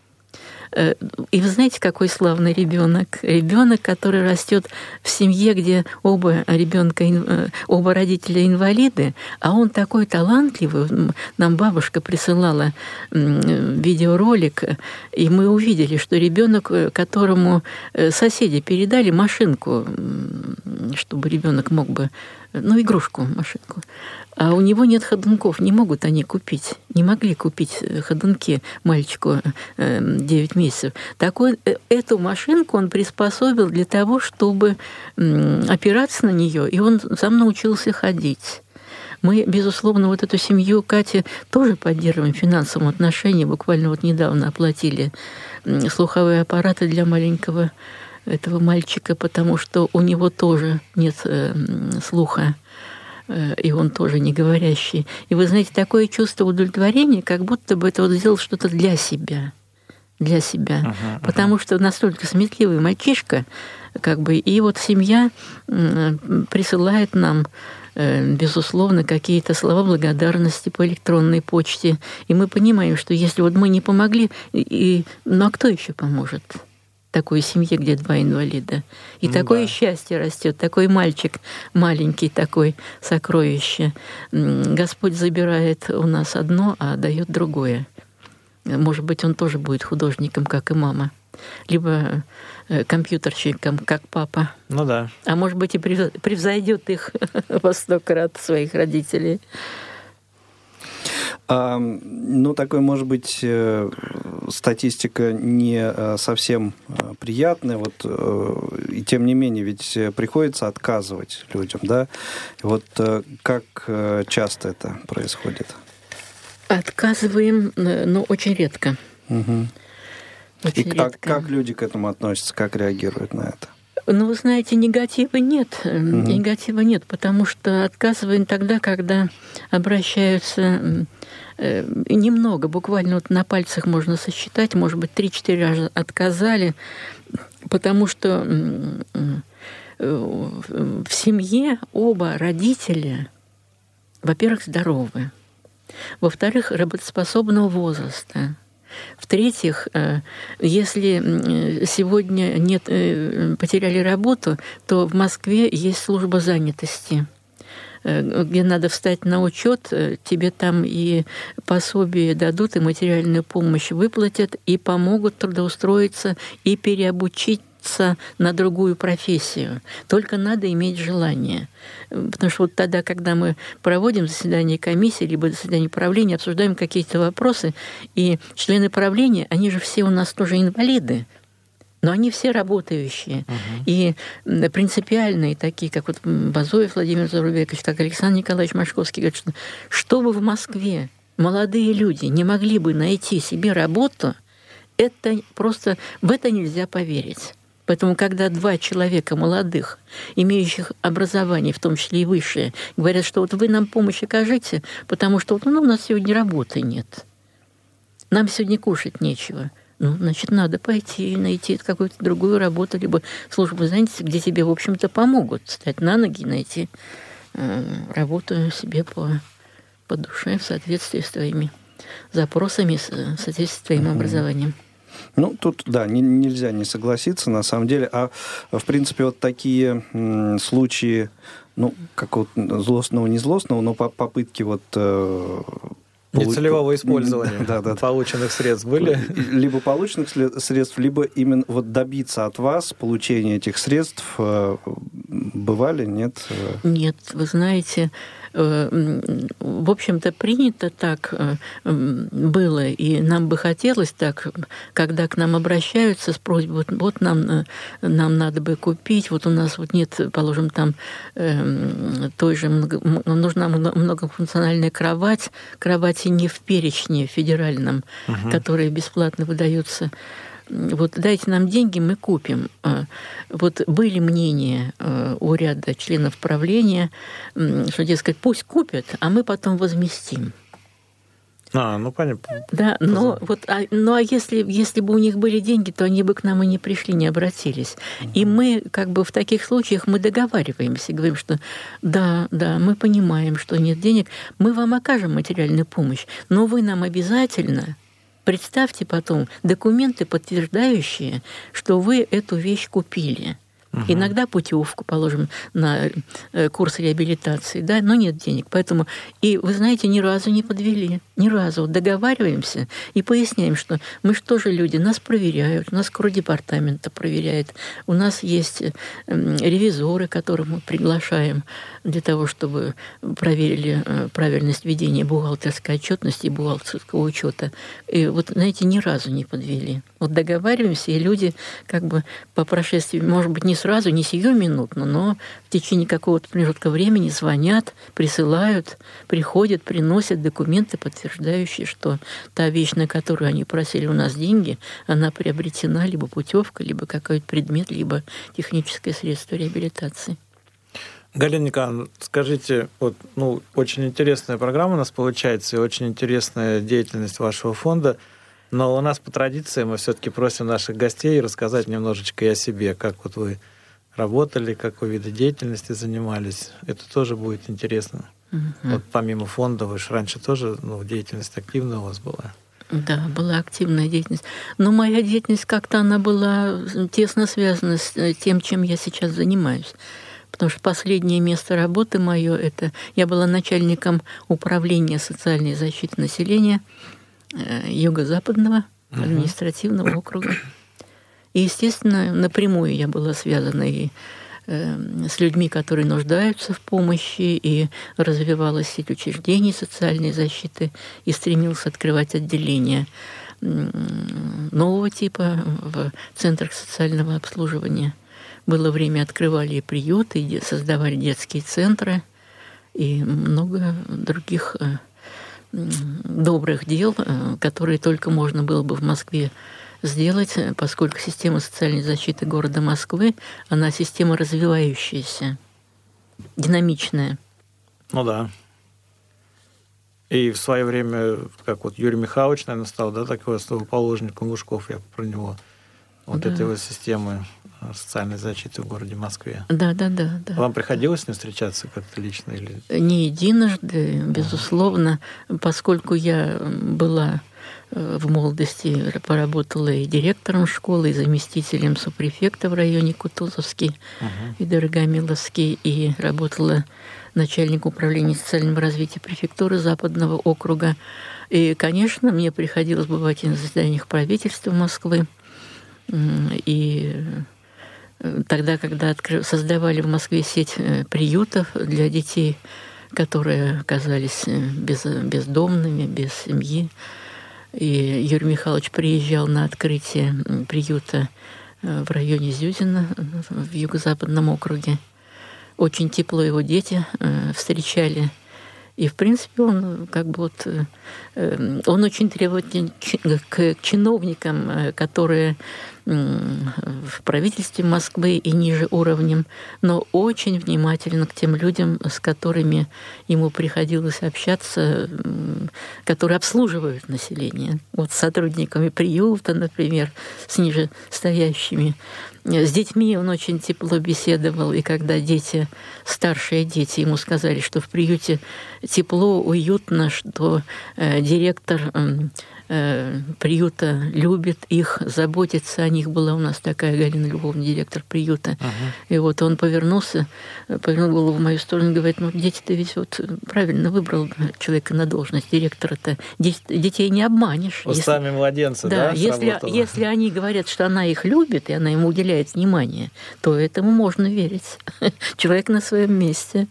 Speaker 5: И вы знаете, какой славный ребенок? Ребенок, который растет в семье, где оба ребенка, оба родителя инвалиды, а он такой талантливый. Нам бабушка присылала видеоролик, и мы увидели, что ребенок, которому соседи передали машинку, чтобы ребенок мог бы, ну, игрушку, машинку. А у него нет ходунков, не могут они купить, не могли купить ходунки мальчику девять месяцев. Такой, эту машинку он приспособил для того, чтобы опираться на нее, и он сам научился ходить. Мы, безусловно, вот эту семью Кати тоже поддерживаем в финансовом отношении. Буквально вот недавно оплатили слуховые аппараты для маленького этого мальчика, потому что у него тоже нет слуха, и он тоже не говорящий. И вы знаете, такое чувство удовлетворения, как будто бы это вот сделал что-то для себя. Для себя. Uh-huh, uh-huh. Потому что настолько сметливый мальчишка, как бы, и вот семья присылает нам, безусловно, какие-то слова благодарности по электронной почте. И мы понимаем, что если вот мы не помогли, и, ну а кто еще поможет? Такой семье, где два инвалида. И ну, такое да. счастье растет, такой мальчик маленький, такой сокровище. Господь забирает у нас одно, а дает другое. Может быть, он тоже будет художником, как и мама. Либо компьютерщиком, как папа.
Speaker 4: Ну да.
Speaker 5: А может быть, и превзойдет их во сто крат своих родителей.
Speaker 3: А, ну, такой, может быть, статистика не совсем приятная, вот, и тем не менее, ведь приходится отказывать людям, да? Вот как часто это происходит?
Speaker 5: Отказываем, но очень редко.
Speaker 3: Угу.
Speaker 5: Очень
Speaker 3: и
Speaker 5: редко.
Speaker 3: Как, как люди к этому относятся, как реагируют на это?
Speaker 5: Ну, вы знаете, негатива нет. Угу. Негатива нет, потому что отказываем тогда, когда обращаются э, немного, буквально вот на пальцах можно сосчитать, может быть, три-четыре раза отказали, потому что э, в семье оба родителя, во-первых, здоровы, во-вторых, работоспособного возраста. В-третьих, если сегодня нет, потеряли работу, то в Москве есть служба занятости, где надо встать на учет, тебе там и пособие дадут, и материальную помощь выплатят, и помогут трудоустроиться, и переобучить на другую профессию. Только надо иметь желание. Потому что вот тогда, когда мы проводим заседание комиссии, либо заседание правления, обсуждаем какие-то вопросы, и члены правления, они же все у нас тоже инвалиды. Но они все работающие. Uh-huh. И принципиальные, такие, как вот Базоев Владимир Зарубекович, как Александр Николаевич Машковский, говорят, что чтобы в Москве молодые люди не могли бы найти себе работу, это просто в это нельзя поверить. Поэтому, когда два человека молодых, имеющих образование, в том числе и высшее, говорят, что вот вы нам помощь окажите, потому что вот, ну, у нас сегодня работы нет, нам сегодня кушать нечего, ну, значит, надо пойти и найти какую-то другую работу, либо службу занятости, где тебе, в общем-то, помогут встать на ноги и найти э, работу себе по, по душе в соответствии с твоими запросами, в соответствии с твоим образованием.
Speaker 3: Ну, тут, да, не, нельзя не согласиться, на самом деле. А, в принципе, вот такие м, случаи, ну, какого-то злостного, не злостного, но по попытки вот... Э,
Speaker 4: нецелевого полу... использования да, да, полученных средств были?
Speaker 3: Либо полученных средств, либо именно вот добиться от вас получения этих средств э, бывали, нет?
Speaker 5: Нет, вы знаете... В общем-то, принято так было, и нам бы хотелось так, когда к нам обращаются с просьбой, вот, вот нам, нам надо бы купить, вот у нас вот нет, положим, там э, той же, нужна многофункциональная кровать, кровати не в перечне федеральном, угу. которые бесплатно выдаются. Вот дайте нам деньги, мы купим. Вот были мнения у ряда членов правления, что, дескать, пусть купят, а мы потом возместим.
Speaker 4: А, ну понятно.
Speaker 5: Да, но вот, а, ну а если, если бы у них были деньги, то они бы к нам и не пришли, не обратились. Mm-hmm. И мы как бы в таких случаях мы договариваемся, говорим, что да, да, мы понимаем, что нет денег, мы вам окажем материальную помощь, но вы нам обязательно... Представьте потом документы, подтверждающие, что вы эту вещь купили. Угу. Иногда путевку, положим, на курс реабилитации, да, но нет денег. Поэтому, и вы знаете, ни разу не подвели, ни разу. Вот договариваемся и поясняем, что мы же тоже люди, нас проверяют, нас Крудепартамента проверяет, у нас есть ревизоры, которых мы приглашаем для того, чтобы проверили правильность ведения бухгалтерской отчетности и бухгалтерского учета. И вот, знаете, ни разу не подвели. Вот договариваемся, и люди как бы по прошествии, может быть, не сразу, не сиюминутно, но в течение какого-то промежутка времени звонят, присылают, приходят, приносят документы, подтверждающие, что та вещь, на которую они просили у нас деньги, она приобретена, либо путевка, либо какой-то предмет, либо техническое средство реабилитации.
Speaker 4: Галина Николаевна, скажите, вот, ну, очень интересная программа у нас получается, и очень интересная деятельность вашего фонда, но у нас по традиции мы все-таки просим наших гостей рассказать немножечко и о себе, как вот вы работали, какой виды деятельности занимались. Это тоже будет интересно. Угу. Вот помимо фонда, вы же раньше тоже, ну, деятельность активная у вас была.
Speaker 5: Да, была активная деятельность. Но моя деятельность как-то она была тесно связана с тем, чем я сейчас занимаюсь. Потому что последнее место работы мое это я была начальником управления социальной защиты населения Юго-Западного административного uh-huh. округа. И, естественно, напрямую я была связана и э, с людьми, которые нуждаются в помощи, и развивалась сеть учреждений социальной защиты, и стремился открывать отделения нового типа в центрах социального обслуживания. Было время, открывали и приюты, и создавали детские центры, и много других добрых дел, которые только можно было бы в Москве сделать, поскольку система социальной защиты города Москвы, она система развивающаяся, динамичная.
Speaker 4: Ну да. И в свое время, как вот Юрий Михайлович, наверное, стал, да, такой основоположник Лужков, я про него, вот да. этой вот системы социальной защиты в городе Москве.
Speaker 5: Да, да, да, да.
Speaker 4: Вам приходилось с ним встречаться как-то лично? Или...
Speaker 5: Не единожды, безусловно, ага. поскольку я была в молодости, поработала и директором школы, и заместителем субпрефекта в районе Кутузовский ага. и Дорогомиловский, и работала начальником управления социального развития префектуры Западного округа. И, конечно, мне приходилось бывать и на заседаниях правительства Москвы, и тогда, когда открыв... создавали в Москве сеть приютов для детей, которые оказались без... бездомными, без семьи, и Юрий Михайлович приезжал на открытие приюта в районе Зюзина, в юго-западном округе. Очень тепло его дети встречали. И, в принципе, он как бы вот... Он очень требователен к чиновникам, которые в правительстве Москвы и ниже уровнем, но очень внимательно к тем людям, с которыми ему приходилось общаться, которые обслуживают население. Вот с сотрудниками приюта, например, с нижестоящими. С детьми он очень тепло беседовал, и когда дети, старшие дети, ему сказали, что в приюте тепло, уютно, что э, директор э, э, приюта любит их, заботится о них. Была у нас такая Галина Львовна, директор приюта. Uh-huh. И вот он повернулся, повернул голову в мою сторону и говорит: ну, дети-то ведь вот правильно выбрал человека на должность директора-то. Детей не обманешь.
Speaker 4: Устами если... младенца, да,
Speaker 5: да если, если они говорят, что она их любит, и она ему уделяет внимание, то этому можно верить. Человек на своем месте.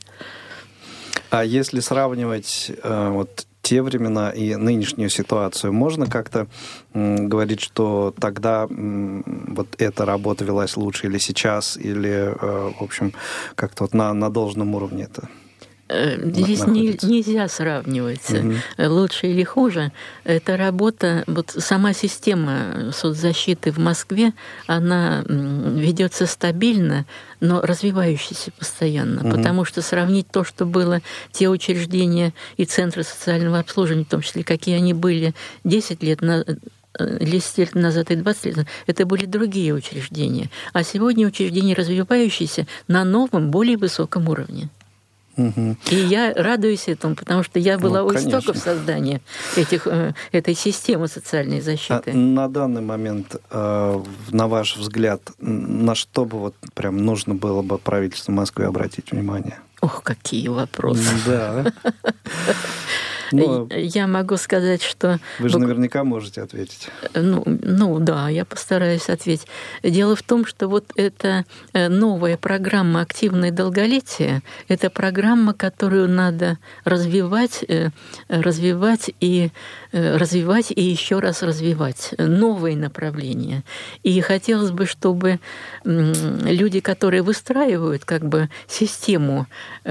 Speaker 3: А если сравнивать э, вот те времена и нынешнюю ситуацию, можно как-то м, говорить, что тогда м, вот эта работа велась лучше или сейчас, или, э, в общем, как-то вот на, на должном уровне это?
Speaker 5: Здесь не, нельзя сравнивать, угу. лучше или хуже. Эта работа, вот сама система соцзащиты в Москве, она ведется стабильно, но развивающаяся постоянно. Угу. Потому что сравнить то, что было, те учреждения и центры социального обслуживания, в том числе, какие они были десять лет назад, десять лет назад и двадцать лет назад, это были другие учреждения. А сегодня учреждения, развивающиеся на новом, более высоком уровне. Угу. И я радуюсь этому, потому что я была ну, у истоков создания этих, этой системы социальной защиты.
Speaker 3: А на данный момент, на ваш взгляд, на что бы вот прям нужно было бы правительству Москвы обратить внимание?
Speaker 5: Ох, какие вопросы.
Speaker 3: Да.
Speaker 5: Но я могу сказать, что...
Speaker 3: Вы же наверняка можете ответить.
Speaker 5: Ну, ну да, я постараюсь ответить. Дело в том, что вот эта новая программа «Активное долголетие» — это программа, которую надо развивать, развивать и развивать и еще раз развивать. Новые направления. И хотелось бы, чтобы люди, которые выстраивают как бы систему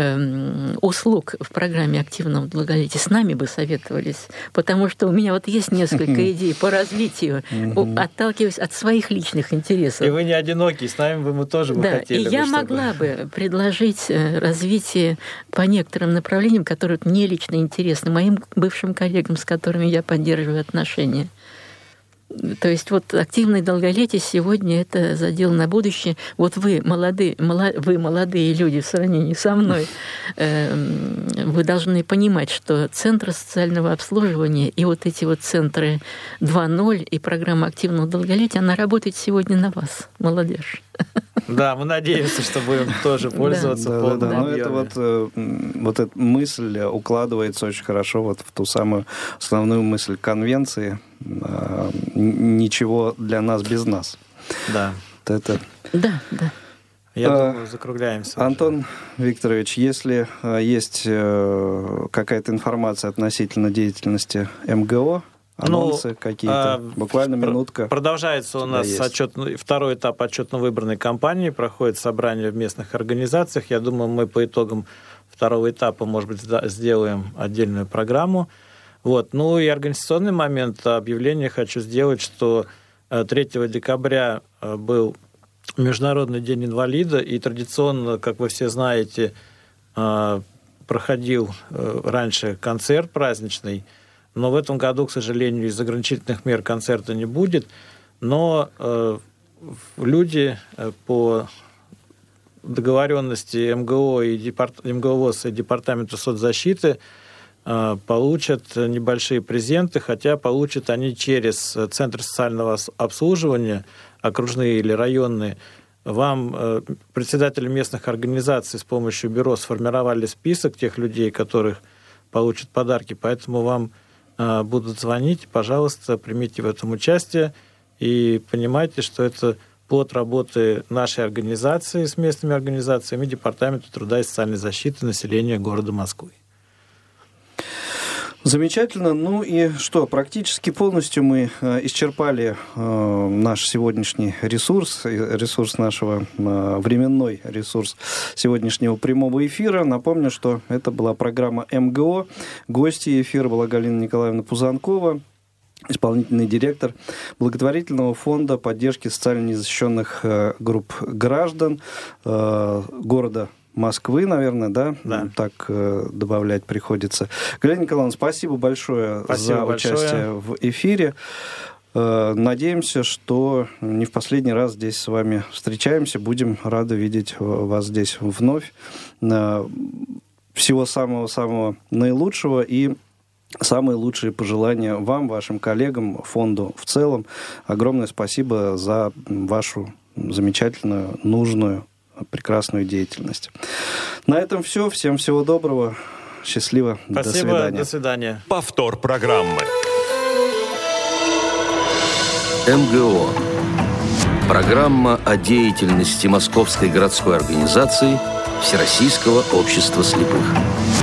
Speaker 5: услуг в программе «Активного долголетия», с нами бы советовались, потому что у меня вот есть несколько идей по развитию, отталкиваясь от своих личных интересов.
Speaker 4: И вы не одиноки, с нами бы мы тоже бы
Speaker 5: да,
Speaker 4: хотели.
Speaker 5: И я
Speaker 4: чтобы...
Speaker 5: могла бы предложить развитие по некоторым направлениям, которые мне лично интересны, моим бывшим коллегам, с которыми я поддерживаю отношения. То есть вот активное долголетие сегодня это задел на будущее. Вот вы молодые, вы молодые люди в сравнении со мной, вы должны понимать, что центры социального обслуживания и вот эти вот центры два ноль и программа активного долголетия, она работает сегодня на вас, молодежь.
Speaker 4: Да, мы надеемся, что будем тоже пользоваться
Speaker 3: да,
Speaker 4: полным
Speaker 3: да, да.
Speaker 4: объемом.
Speaker 3: Это вот, вот эта мысль укладывается очень хорошо вот в ту самую основную мысль конвенции. Ничего для нас без нас.
Speaker 4: Да.
Speaker 3: Вот это...
Speaker 5: Да, да.
Speaker 4: Я а, думаю, закругляемся.
Speaker 3: Антон
Speaker 4: уже.
Speaker 3: Викторович, если есть какая-то информация относительно деятельности эм гэ о, анонсы ну, какие-то, а, буквально минутка.
Speaker 4: Продолжается у нас отчет, второй этап отчетно-выборной кампании, проходит собрание в местных организациях. Я думаю, мы по итогам второго этапа, может быть, сделаем отдельную программу. Вот. Ну и организационный момент объявления хочу сделать, что третьего декабря был Международный день инвалида, и традиционно, как вы все знаете, проходил раньше концерт праздничный, но в этом году, к сожалению, из ограничительных мер концерта не будет, но люди по договоренности эм гэ о и департ... эм гэ о ВОС и Департамента соцзащиты получат небольшие презенты, хотя получат они через Центр социального обслуживания, окружные или районные. Вам председатели местных организаций с помощью бюро сформировали список тех людей, которых получат подарки, поэтому вам будут звонить. Пожалуйста, примите в этом участие и понимайте, что это плод работы нашей организации с местными организациями и Департамента труда и социальной защиты населения города Москвы.
Speaker 3: Замечательно. Ну и что, практически полностью мы э, исчерпали э, наш сегодняшний ресурс, ресурс нашего, э, временной ресурс сегодняшнего прямого эфира. Напомню, что это была программа МГО. Гостьей эфира была Галина Николаевна Пузанкова, исполнительный директор благотворительного фонда поддержки социально незащищенных э, групп граждан э, города Москвы, наверное, да?
Speaker 4: Да.
Speaker 3: Так э, добавлять приходится. Галина Николаевна, спасибо большое
Speaker 4: спасибо
Speaker 3: за
Speaker 4: большое.
Speaker 3: участие в эфире. Э, надеемся, что не в последний раз здесь с вами встречаемся. Будем рады видеть вас здесь вновь. Э, всего самого-самого наилучшего и самые лучшие пожелания вам, вашим коллегам, фонду в целом. Огромное спасибо за вашу замечательную, нужную, прекрасную деятельность. На этом все. Всем всего доброго. Счастливо.
Speaker 4: Спасибо.
Speaker 3: До свидания.
Speaker 4: До свидания.
Speaker 2: Повтор программы.
Speaker 1: МГО. Программа о деятельности Московской городской организации Всероссийского общества слепых.